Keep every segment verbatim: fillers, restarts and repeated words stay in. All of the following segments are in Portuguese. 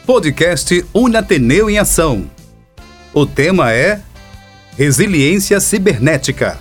Podcast Uniateneu em Ação. O tema é Resiliência Cibernética.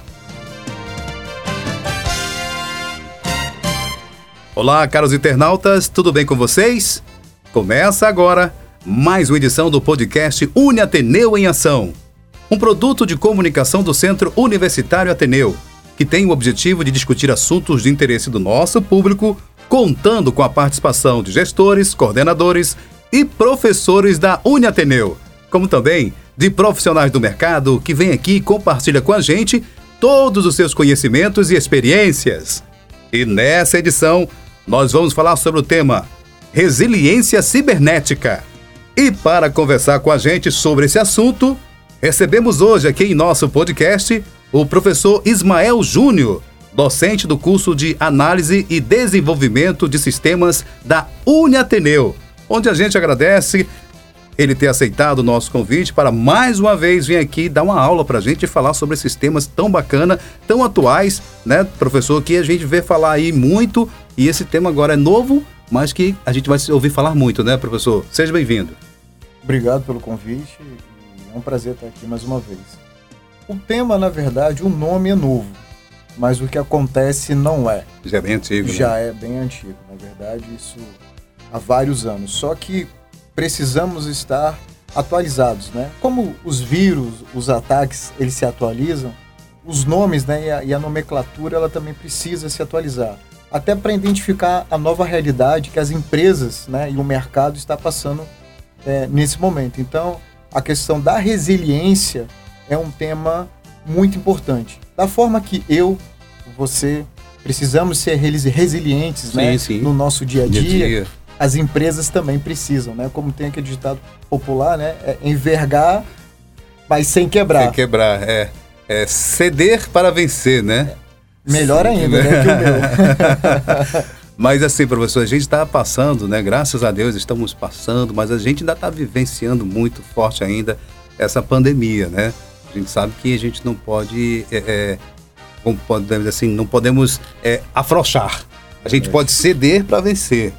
Olá, caros internautas, tudo bem com vocês? Começa agora mais uma edição do podcast Uniateneu em Ação, um produto de comunicação do Centro Universitário Ateneu, que tem o objetivo de discutir assuntos de interesse do nosso público, contando com a participação de gestores, coordenadores e professores da Uniateneu, como também de profissionais do mercado que vêm aqui e compartilham com a gente todos os seus conhecimentos e experiências. E nessa edição, nós vamos falar sobre o tema Resiliência Cibernética. E para conversar com a gente sobre esse assunto, recebemos hoje aqui em nosso podcast o professor Ismael Júnior, docente do curso de Análise e Desenvolvimento de Sistemas da Uniateneu, onde a gente agradece ele ter aceitado o nosso convite para mais uma vez vir aqui dar uma aula para a gente e falar sobre esses temas tão bacana, tão atuais, né, professor, que a gente vê falar aí muito, e esse tema agora é novo, mas que a gente vai ouvir falar muito, né, professor? Seja bem-vindo. Obrigado pelo convite, é um prazer estar aqui mais uma vez. O tema, na verdade, o nome é novo, mas o que acontece não é. Já é bem antigo, Já né? é bem antigo, na verdade, isso há vários anos. Só que precisamos estar atualizados, né? Como os vírus, os ataques, eles se atualizam, os nomes, né, e a, e a nomenclatura, ela também precisa se atualizar. Até para identificar a nova realidade que as empresas, né, e o mercado está passando é, nesse momento. Então, a questão da resiliência é um tema muito importante. Da forma que eu, você, precisamos ser resilientes, sim, né, sim. no nosso dia a dia, dia, dia, as empresas também precisam, né? Como tem aquele ditado popular, né? É envergar, mas sem quebrar. Sem quebrar, é, é ceder para vencer, né? É, melhor sim, ainda, né, que o meu. Mas assim, professor, a gente está passando, né? Graças a Deus estamos passando, mas a gente ainda está vivenciando muito forte ainda essa pandemia, né? A gente sabe que a gente não pode, é, é, como podemos dizer assim, não podemos é, afrouxar. A gente é. pode ceder para vencer.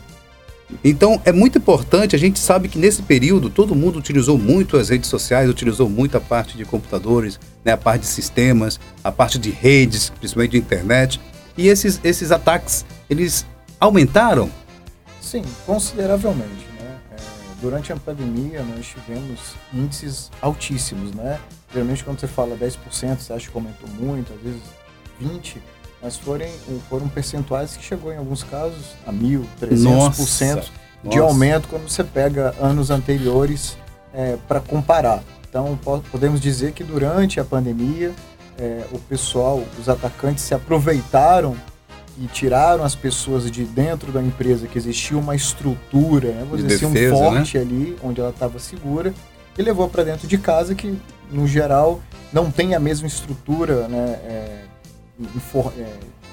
Então, é muito importante, a gente sabe que nesse período todo mundo utilizou muito as redes sociais, utilizou muito a parte de computadores, né, a parte de sistemas, a parte de redes, principalmente de internet. E esses, esses ataques, eles aumentaram? Sim, consideravelmente, né? É, durante a pandemia nós tivemos índices altíssimos, né? Geralmente quando você fala dez por cento, você acha que aumentou muito, às vezes vinte por cento, mas foram, foram percentuais que chegou em alguns casos a mil, trezentos por cento de nossa. aumento quando você pega anos anteriores é, para comparar. Então podemos dizer que durante a pandemia é, o pessoal, os atacantes se aproveitaram e tiraram as pessoas de dentro da empresa, que existia uma estrutura, né, vou de dizer defesa, assim, um forte, né, ali, onde ela estava segura, e levou para dentro de casa, que no geral não tem a mesma estrutura, né, é, infor, é,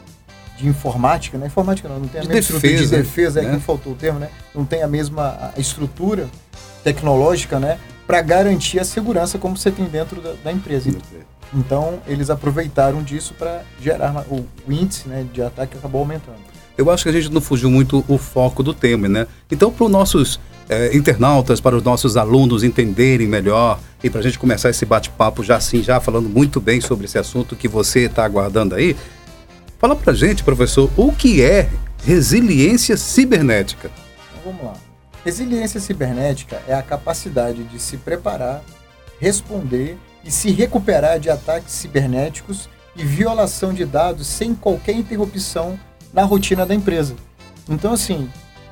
de informática, né? Informática não, não tem a de mesma defesa, estrutura de defesa, né? é que faltou o termo, né? Não tem a mesma a estrutura tecnológica, né, para garantir a segurança como você tem dentro da, da empresa. Então, eles aproveitaram disso para gerar o, o índice, né, de ataque acabou aumentando. Eu acho que a gente não fugiu muito o foco do tema, né? Então, para os nossos é, internautas, para os nossos alunos entenderem melhor e para a gente começar esse bate-papo já assim, já falando muito bem sobre esse assunto que você está aguardando aí, fala para a gente, professor, o que é resiliência cibernética? Então, vamos lá. Resiliência cibernética é a capacidade de se preparar, responder e se recuperar de ataques cibernéticos e violação de dados sem qualquer interrupção na rotina da empresa. Então, assim,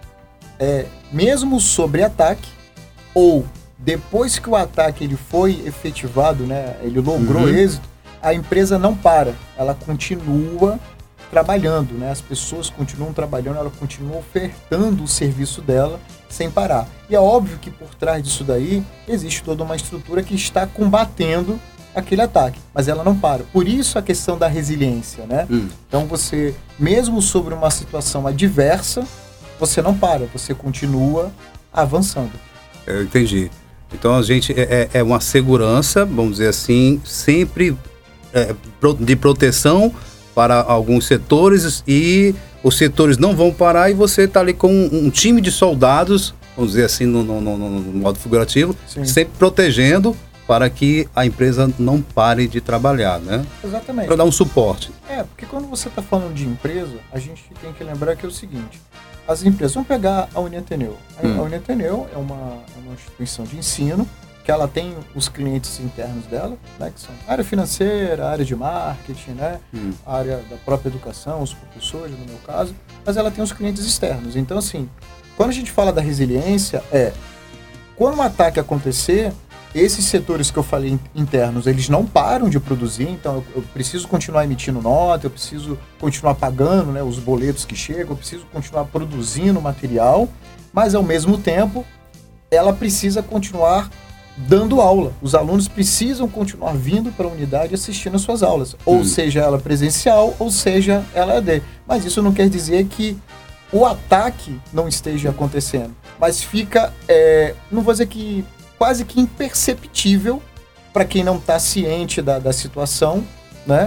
é, mesmo sobre ataque ou depois que o ataque ele foi efetivado, né, ele logrou uhum. êxito, a empresa não para, ela continua trabalhando, né? As pessoas continuam trabalhando, ela continua ofertando o serviço dela sem parar. E é óbvio que por trás disso daí existe toda uma estrutura que está combatendo aquele ataque, mas ela não para. Por isso a questão da resiliência, né? Hum. Então você, mesmo sobre uma situação adversa, você não para, você continua avançando. Eu entendi. Então a gente é, é uma segurança, vamos dizer assim, sempre é, de proteção para alguns setores, e os setores não vão parar e você está ali com um, um time de soldados vamos dizer assim, no, no, no, no modo figurativo, Sim. sempre protegendo para que a empresa não pare de trabalhar, né? Exatamente. Para dar um suporte. É, porque quando você está falando de empresa, a gente tem que lembrar que é o seguinte, as empresas, vamos pegar a Uniateneu. A, Hum. a Uniateneu é uma, é uma instituição de ensino, que ela tem os clientes internos dela, né, que são a área financeira, a área de marketing, né, Hum. a área da própria educação, os professores, no meu caso, mas ela tem os clientes externos. Então, assim, quando a gente fala da resiliência, é, quando um ataque acontecer, esses setores que eu falei internos, eles não param de produzir, então eu, eu preciso continuar emitindo nota, eu preciso continuar pagando, né, os boletos que chegam, eu preciso continuar produzindo material, mas ao mesmo tempo, ela precisa continuar dando aula. Os alunos precisam continuar vindo para a unidade e assistindo as suas aulas, ou Hum. seja ela presencial, ou seja ela E A D. Mas isso não quer dizer que o ataque não esteja acontecendo, mas fica, é, não vou dizer que quase que imperceptível para quem não está ciente da, da situação, né?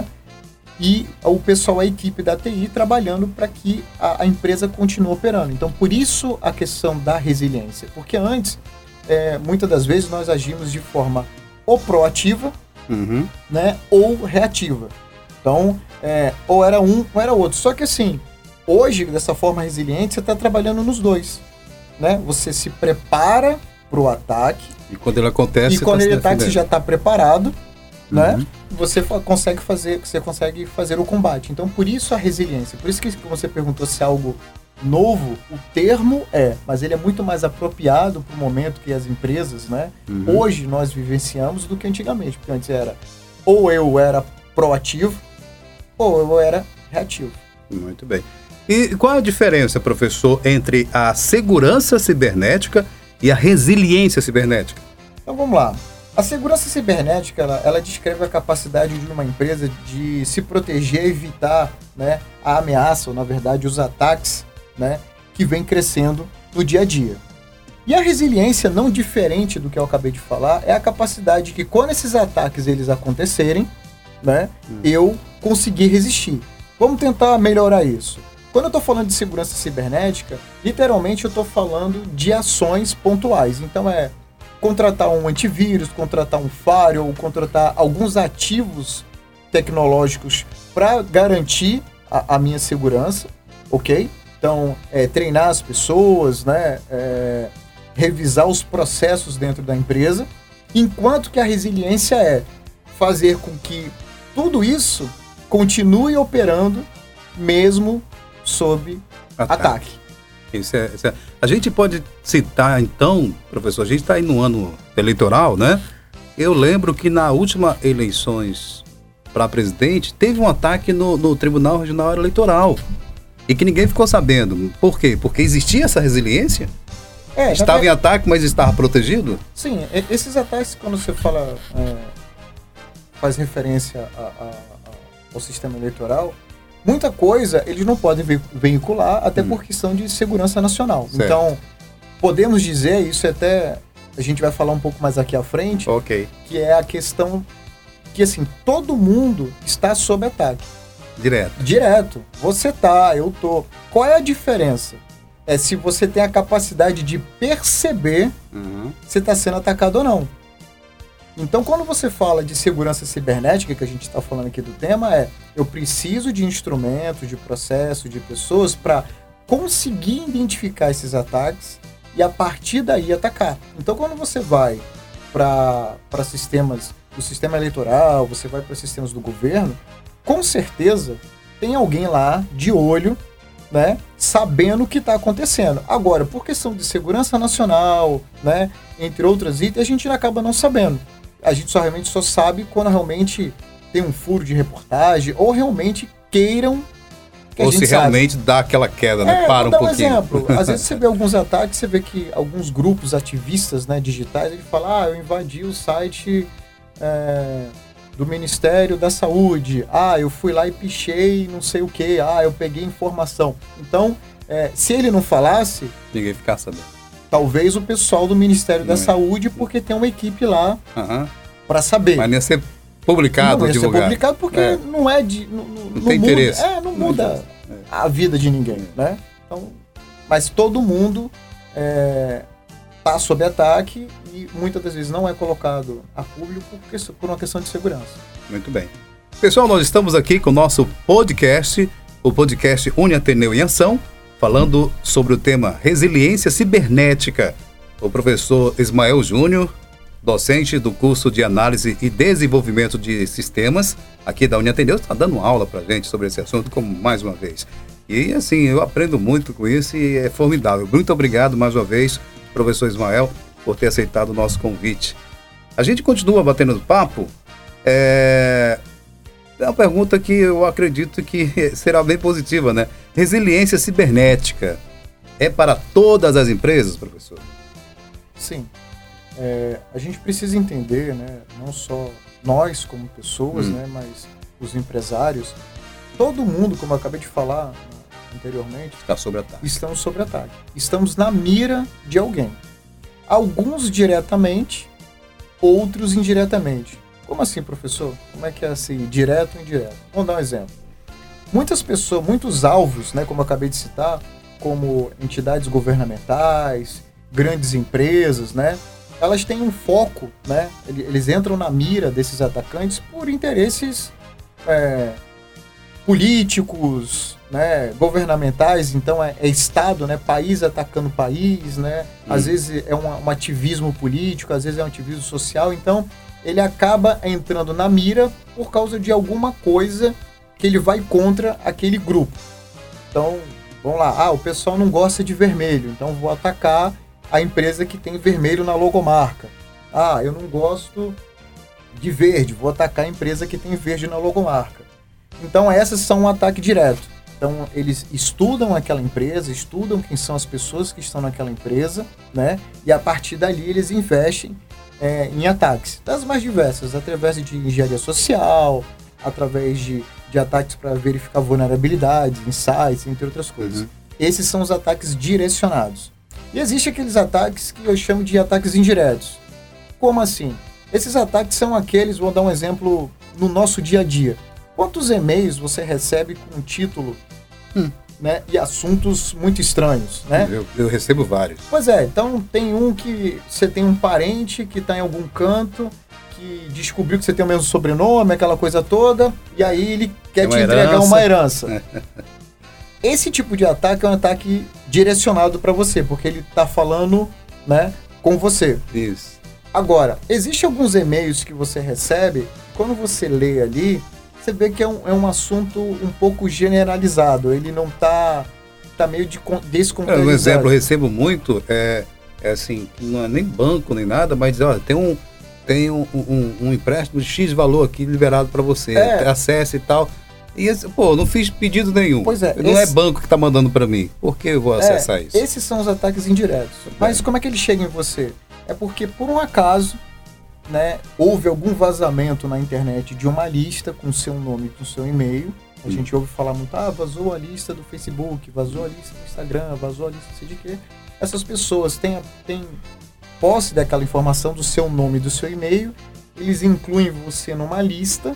E o pessoal, a equipe da T I trabalhando para que a, a empresa continue operando. Então, por isso a questão da resiliência, porque antes, é, muitas das vezes nós agimos de forma ou proativa, Uhum. né, ou reativa. Então, é, ou era um ou era outro. Só que assim, hoje, dessa forma resiliente, você está trabalhando nos dois, né? Você se prepara para o ataque, E quando ele acontece, e quando tá se ele ataca, você defendendo. já está preparado, né? Uhum. Você fa- consegue fazer, você consegue fazer o combate. Então, por isso a resiliência. Por isso que você perguntou se é algo novo, o termo é, mas ele é muito mais apropriado para o momento que as empresas, né? Uhum. Hoje nós vivenciamos do que antigamente, porque antes era ou eu era proativo ou eu era reativo. Muito bem. E qual a diferença, professor, entre a segurança cibernética e a resiliência cibernética? Então vamos lá. A segurança cibernética, ela, ela descreve a capacidade de uma empresa de se proteger e evitar, né, a ameaça, ou na verdade os ataques, né, que vem crescendo no dia a dia. E a resiliência, não diferente do que eu acabei de falar, é a capacidade que quando esses ataques eles acontecerem, né, Hum. eu conseguir resistir. Vamos tentar melhorar isso. Quando eu estou falando de segurança cibernética, literalmente eu estou falando de ações pontuais. Então é contratar um antivírus, contratar um firewall, contratar alguns ativos tecnológicos para garantir a, a minha segurança, ok? Então, é, treinar as pessoas, né? É, revisar os processos dentro da empresa, enquanto que a resiliência é fazer com que tudo isso continue operando mesmo sob Ataque. ataque. Isso é, isso é- A gente pode citar, então, professor, a gente está aí no ano eleitoral, né? Eu lembro que na última eleições para presidente, teve um ataque no, no Tribunal Regional Eleitoral. E que ninguém ficou sabendo. Por quê? Porque existia essa resiliência? É, Estava na em ataque, mas estava protegido? Sim, e- esses ataques, quando você fala, é, faz referência a- a- a- ao sistema eleitoral, muita coisa eles não podem ve- veicular, até Hum. por questão de segurança nacional. Certo. Então, podemos dizer, isso é até a gente vai falar um pouco mais aqui à frente, Ok. que é a questão que, assim, todo mundo está sob ataque. Direto. Direto. Você tá, eu tô. Qual é a diferença? É se você tem a capacidade de perceber Uhum. se está sendo atacado ou não. Então, quando você fala de segurança cibernética, que a gente está falando aqui do tema, é eu preciso de instrumentos, de processo, de pessoas para conseguir identificar esses ataques e a partir daí atacar. Então, quando você vai para sistemas do sistema eleitoral, você vai para sistemas do governo, com certeza tem alguém lá de olho, né, sabendo o que está acontecendo. Agora, por questão de segurança nacional, né, entre outras itens, a gente acaba não sabendo. A gente só realmente só sabe quando realmente tem um furo de reportagem ou realmente queiram que a Ou gente se saiba. realmente dá aquela queda, né? É, Para vou um dar um pouquinho. exemplo. Às vezes você vê alguns ataques, você vê que alguns grupos ativistas, né, digitais, ele fala, ah, eu invadi o site é, do Ministério da Saúde, ah, eu fui lá e pichei não sei o que, ah, eu peguei informação. Então, é, se ele não falasse, Ninguém ficar sabendo. talvez o pessoal do Ministério da Não é. Saúde, porque tem uma equipe lá Aham. para saber. Mas nem ia ser publicado, não ia ser divulgado. publicado porque É. não é de... Não, não, não tem muda, interesse. É, não muda a vida de ninguém, né? Então, mas todo mundo é, está sob ataque e muitas das vezes não é colocado a público por, por uma questão de segurança. Muito bem. Pessoal, nós estamos aqui com o nosso podcast, o podcast Uniateneu em Ação, falando sobre o tema resiliência cibernética. O professor Ismael Júnior, docente do curso de análise e desenvolvimento de sistemas aqui da Uniateneu, está dando aula para a gente sobre esse assunto, como mais uma vez. E assim, eu aprendo muito com isso e é formidável. Muito obrigado mais uma vez, professor Ismael, por ter aceitado o nosso convite. A gente continua batendo papo. É... é uma pergunta que eu acredito que será bem positiva, né? Resiliência cibernética é para todas as empresas, professor? Sim. É, a gente precisa entender, né, não só nós como pessoas, hum. né, mas os empresários, todo mundo, como eu acabei de falar anteriormente, está sob ataque. Estamos sob ataque. Estamos na mira de alguém. Alguns diretamente, outros indiretamente. Como assim, professor? Como é que é assim, direto ou indireto? Vamos dar um exemplo. Muitas pessoas, muitos alvos, né, como eu acabei de citar, como entidades governamentais, grandes empresas, né, elas têm um foco, né, eles entram na mira desses atacantes por interesses é, políticos, né, governamentais, então é, é Estado, né, país atacando país, né, hum. às vezes é um, um ativismo político, às vezes é um ativismo social, então ele acaba entrando na mira por causa de alguma coisa que ele vai contra aquele grupo. Então, vamos lá, ah, o pessoal não gosta de vermelho, então vou atacar a empresa que tem vermelho na logomarca. Ah, eu não gosto de verde, vou atacar a empresa que tem verde na logomarca. Então, essas são um ataque direto. Então, eles estudam aquela empresa, estudam quem são as pessoas que estão naquela empresa, né? E a partir dali eles investem é, em ataques, das mais diversas, através de engenharia social, através de, de ataques para verificar vulnerabilidades, insights, entre outras coisas. Uhum. Esses são os ataques direcionados. E existem aqueles ataques que eu chamo de ataques indiretos. Como assim? Esses ataques são aqueles, vou dar um exemplo no nosso dia a dia. Quantos e-mails você recebe com um título hum. né, e assuntos muito estranhos, né? Eu, eu recebo vários. Pois é, então tem um que você tem um parente que está em algum canto, que descobriu que você tem o mesmo sobrenome, aquela coisa toda, e aí ele quer te entregar herança. uma herança. Esse tipo de ataque é um ataque direcionado para você, porque ele está falando, né, com você. Isso. Agora, existem alguns e-mails que você recebe, quando você lê ali, você vê que é um, é um assunto um pouco generalizado, ele não está tá meio de descontextualizado. Um exemplo, eu recebo muito, é, é assim, não é nem banco nem nada, mas olha, tem um, tem um, um, um empréstimo de X valor aqui liberado para você, é. acesse e tal. E, esse, pô, não fiz pedido nenhum. Pois é. Não esse... é banco que está mandando para mim. Por que eu vou acessar é, isso? Esses são os ataques indiretos. Mas como é que eles chegam em você? É porque, por um acaso, né, houve algum vazamento na internet de uma lista com seu nome e com seu e-mail. A hum. gente ouve falar muito, ah, vazou a lista do Facebook, vazou a lista do Instagram, vazou a lista não sei de quê. Essas pessoas têm, têm posse daquela informação do seu nome e do seu e-mail, eles incluem você numa lista,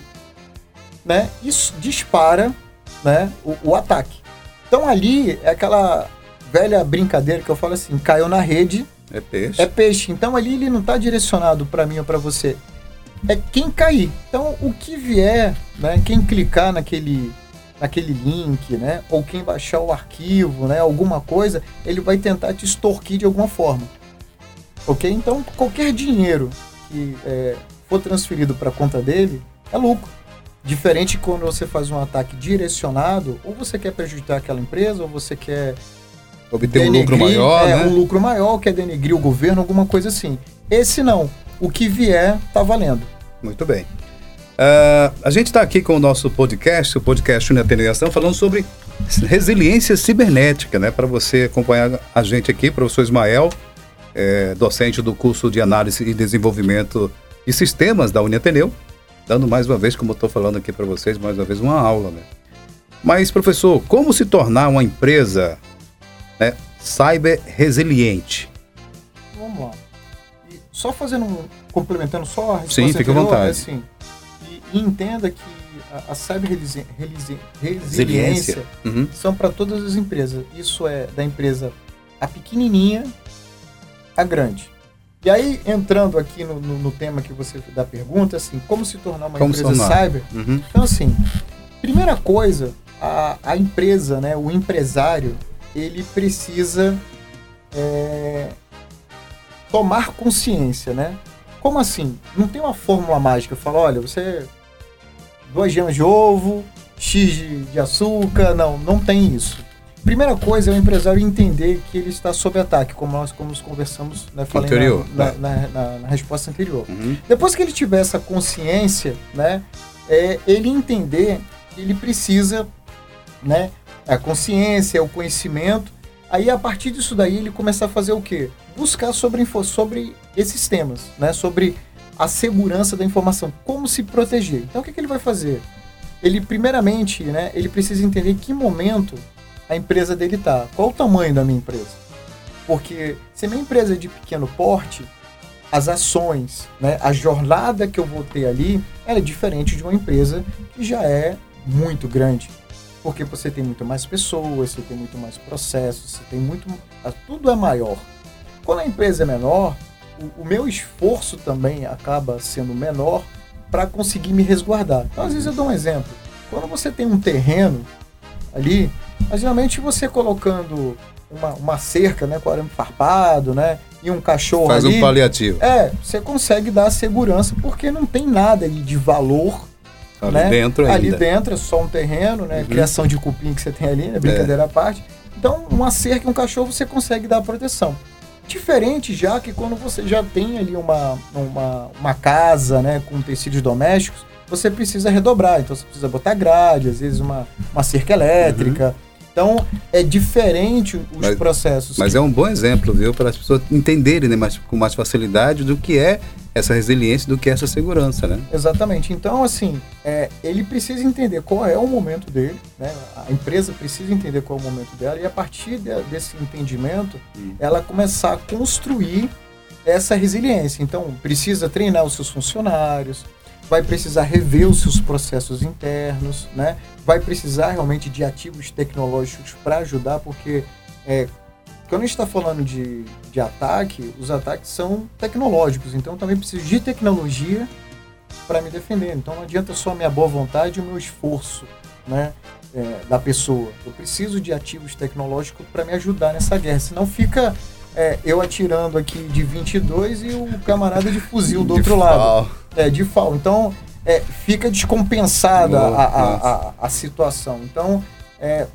né, isso dispara, né, o, o ataque. Então ali é aquela velha brincadeira que eu falo assim, caiu na rede, é peixe. É peixe. Então ali ele não está direcionado para mim ou para você. É quem cair. Então o que vier, né, quem clicar naquele, naquele link, né, ou quem baixar o arquivo, né, alguma coisa, ele vai tentar te extorquir de alguma forma. Ok? Então qualquer dinheiro que é, for transferido para a conta dele é lucro. Diferente quando você faz um ataque direcionado, ou você quer prejudicar aquela empresa, ou você quer obter denegrir, um lucro maior, é, né? um lucro maior, quer denegrir o governo, alguma coisa assim. Esse não. O que vier, tá valendo. Muito bem. Uh, a gente está aqui com o nosso podcast, o podcast Uniateneu em Ação, falando sobre resiliência cibernética, né? Para você acompanhar a gente aqui, professor Ismael, é, docente do curso de análise e desenvolvimento de sistemas da Uniateneu, dando mais uma vez, como eu estou falando aqui para vocês, mais uma vez uma aula, né? Mas, professor, como se tornar uma empresa, né, cyber resiliente? Vamos lá. E só fazendo um, complementando só a resposta Sim, fica à vontade. É assim, e, e entenda que a, a cyber relisi, relisi, resiliência uhum. são para todas as empresas. Isso é da empresa a pequenininha a grande. E aí, entrando aqui no, no, no tema que você da pergunta, assim, como se tornar uma como empresa tornar? cyber? Uhum. Então, assim, primeira coisa, a, a empresa, né, o empresário, ele precisa é, tomar consciência, né? Como assim? Não tem uma fórmula mágica. Fala, olha, você... duas gemas de ovo, X de, de açúcar. Não, não tem isso. Primeira coisa é o empresário entender que ele está sob ataque, como nós como conversamos, né, falei anterior, na, né? na, na, na, na resposta anterior. Uhum. Depois que ele tiver essa consciência, né, é, ele entender que ele precisa, né, a consciência, o conhecimento, aí a partir disso daí ele começar a fazer o quê? Buscar sobre, sobre esses temas, né, sobre a segurança da informação, como se proteger. Então o que, que ele vai fazer? Ele primeiramente, né, ele precisa entender em que momento a empresa dele está. Qual o tamanho da minha empresa? Porque se a minha empresa é de pequeno porte, as ações, né, a jornada que eu vou ter ali, ela é diferente de uma empresa que já é muito grande. Porque você tem muito mais pessoas, você tem muito mais processos, você tem muito... tudo é maior. Quando a empresa é menor, o, o meu esforço também acaba sendo menor para conseguir me resguardar. Então, às vezes eu dou um exemplo. Quando você tem um terreno ali, mas geralmente você colocando uma, uma cerca, né, com arame farpado, né, e um cachorro faz ali... um paliativo. É, você consegue dar segurança porque não tem nada ali de valor ali, né, dentro ainda. Ali dentro é só um terreno, né, uhum. Criação de cupim que você tem ali, né, brincadeira é. à parte. Então, uma cerca e um cachorro você consegue dar proteção. Diferente já que quando você já tem ali uma, uma, uma casa, né, com tecidos domésticos, você precisa redobrar. Então, você precisa botar grade, às vezes uma, uma cerca elétrica... Uhum. Então, é diferente os mas, processos. Mas que... é um bom exemplo, viu? Para as pessoas entenderem, né, mais, com mais facilidade do que é essa resiliência, do que é essa segurança, né? Exatamente. Então, assim, é, ele precisa entender qual é o momento dele, né? A empresa precisa entender qual é o momento dela e, a partir de, desse entendimento, hum. ela começar a construir essa resiliência. Então, precisa treinar os seus funcionários, vai precisar rever os seus processos internos, né? Vai precisar realmente de ativos tecnológicos para ajudar, porque é, quando a gente está falando de, de ataque, os ataques são tecnológicos, então também preciso de tecnologia para me defender. Então não adianta só a minha boa vontade e o meu esforço, né, é, da pessoa. Eu preciso de ativos tecnológicos para me ajudar nessa guerra, senão fica é, eu atirando aqui de vinte e dois e o camarada de fuzil do de outro fal. lado. É, de fal. Então... É, fica descompensada a, a, a, a situação. Então, é,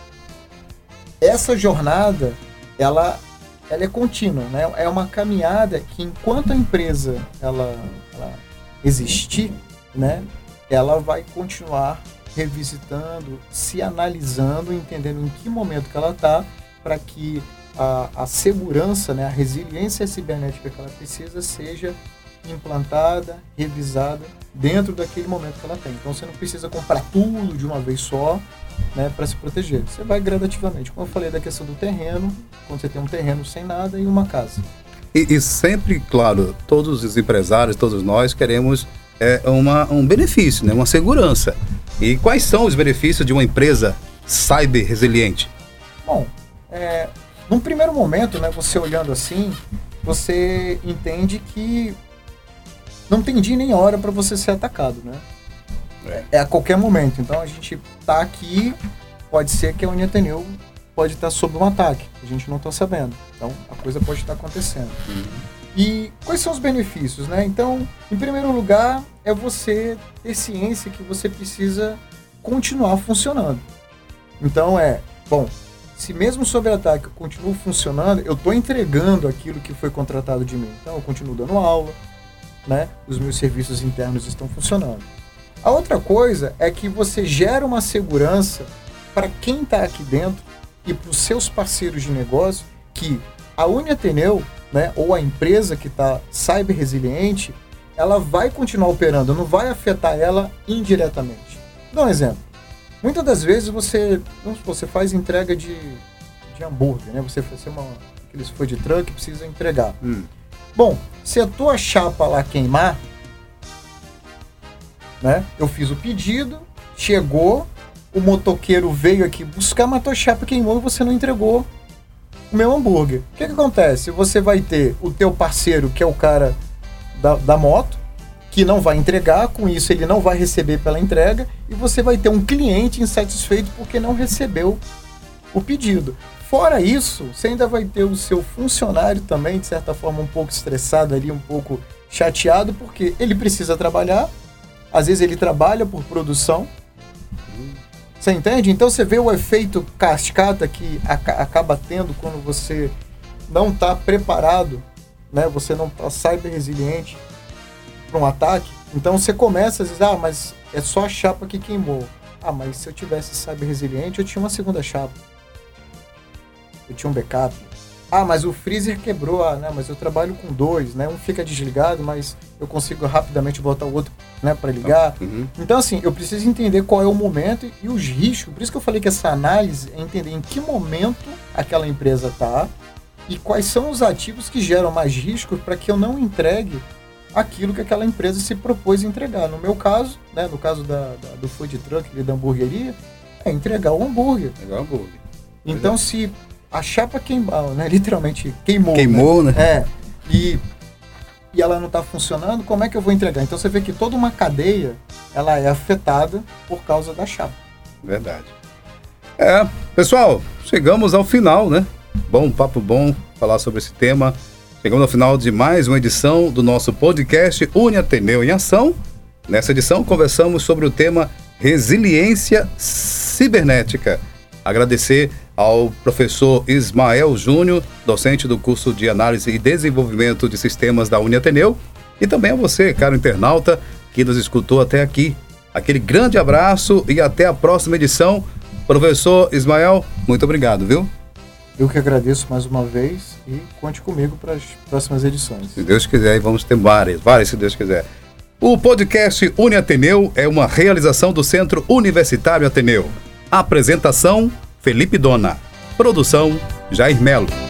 essa jornada, ela, ela é contínua, né? É uma caminhada que, enquanto a empresa ela, ela existir, né? Ela vai continuar revisitando, se analisando, entendendo em que momento que ela está, para que a, a segurança, né? A resiliência cibernética que ela precisa seja implantada, revisada dentro daquele momento que ela tem. Então você não precisa comprar tudo de uma vez só, né, para se proteger. Você vai gradativamente. Como eu falei da questão do terreno, quando você tem um terreno sem nada e uma casa. E, e sempre, claro, todos os empresários, todos nós queremos é, uma, um benefício, né, uma segurança. E quais são os benefícios de uma empresa cyber resiliente? Bom, é, num primeiro momento, né, você olhando assim, você entende que não tem dia nem hora para você ser atacado, né? É. é a qualquer momento. Então a gente tá aqui, pode ser que a Uniateneu pode estar sob um ataque, a gente não está sabendo. Então a coisa pode estar acontecendo. Uhum. E quais são os benefícios, né? Então, em primeiro lugar, é você ter ciência que você precisa continuar funcionando. Então é, bom, se mesmo sob ataque eu continuo funcionando, eu estou entregando aquilo que foi contratado de mim. Então eu continuo dando aula, né? Os meus serviços internos estão funcionando. A outra coisa é que você gera uma segurança para quem está aqui dentro e para os seus parceiros de negócio que a Uniateneu, né, ou a empresa que está cyber resiliente, ela vai continuar operando, não vai afetar ela indiretamente. Vou dar um exemplo. Muitas das vezes você, você faz entrega de, de hambúrguer, né? Você faz uma, aqueles foi de truck, precisa entregar. Hum. Bom, se a tua chapa lá queimar, né? Eu fiz o pedido, chegou, o motoqueiro veio aqui buscar, mas a tua chapa queimou e você não entregou o meu hambúrguer. O que que acontece? Você vai ter o teu parceiro, que é o cara da, da moto, que não vai entregar, com isso ele não vai receber pela entrega, e você vai ter um cliente insatisfeito porque não recebeu o pedido. Fora isso, você ainda vai ter o seu funcionário também, de certa forma, um pouco estressado ali, um pouco chateado, porque ele precisa trabalhar, às vezes ele trabalha por produção. Você entende? Então você vê o efeito cascata que a, acaba tendo quando você não está preparado, né? Você não está cyber resiliente para um ataque. Então você começa a dizer, ah, mas é só a chapa que queimou. Ah, mas se eu tivesse cyber resiliente, eu tinha uma segunda chapa. Eu tinha um backup. Ah, mas o freezer quebrou. Ah, né? Mas eu trabalho com dois, né? Um fica desligado, mas eu consigo rapidamente botar o outro, né, para ligar. Uhum. Então, assim, eu preciso entender qual é o momento e os riscos. Por isso que eu falei que essa análise é entender em que momento aquela empresa está e quais são os ativos que geram mais risco para que eu não entregue aquilo que aquela empresa se propôs a entregar. No meu caso, né, no caso da, da, do food truck e da hamburgueria, é entregar o hambúrguer. Entregar o hambúrguer. Então, é. se a chapa queimou, né, literalmente queimou. Queimou, né? né? É. E, e ela não está funcionando, como é que eu vou entregar? Então, você vê que toda uma cadeia, ela é afetada por causa da chapa. Verdade. É, pessoal, chegamos ao final, né? Bom, papo bom falar sobre esse tema. Chegamos ao final de mais uma edição do nosso podcast Uniateneu em Ação. Nessa edição, conversamos sobre o tema Resiliência Cibernética. Agradecer ao professor Ismael Júnior, docente do curso de Análise e Desenvolvimento de Sistemas da Uniateneu, e também a você, caro internauta, que nos escutou até aqui. Aquele grande abraço e até a próxima edição. Professor Ismael, muito obrigado, viu? Eu que agradeço mais uma vez e conte comigo para as próximas edições. Se Deus quiser, e vamos ter várias, várias se Deus quiser. O podcast Uniateneu é uma realização do Centro Universitário Ateneu. Apresentação, Felipe Dona. Produção, Jair Melo.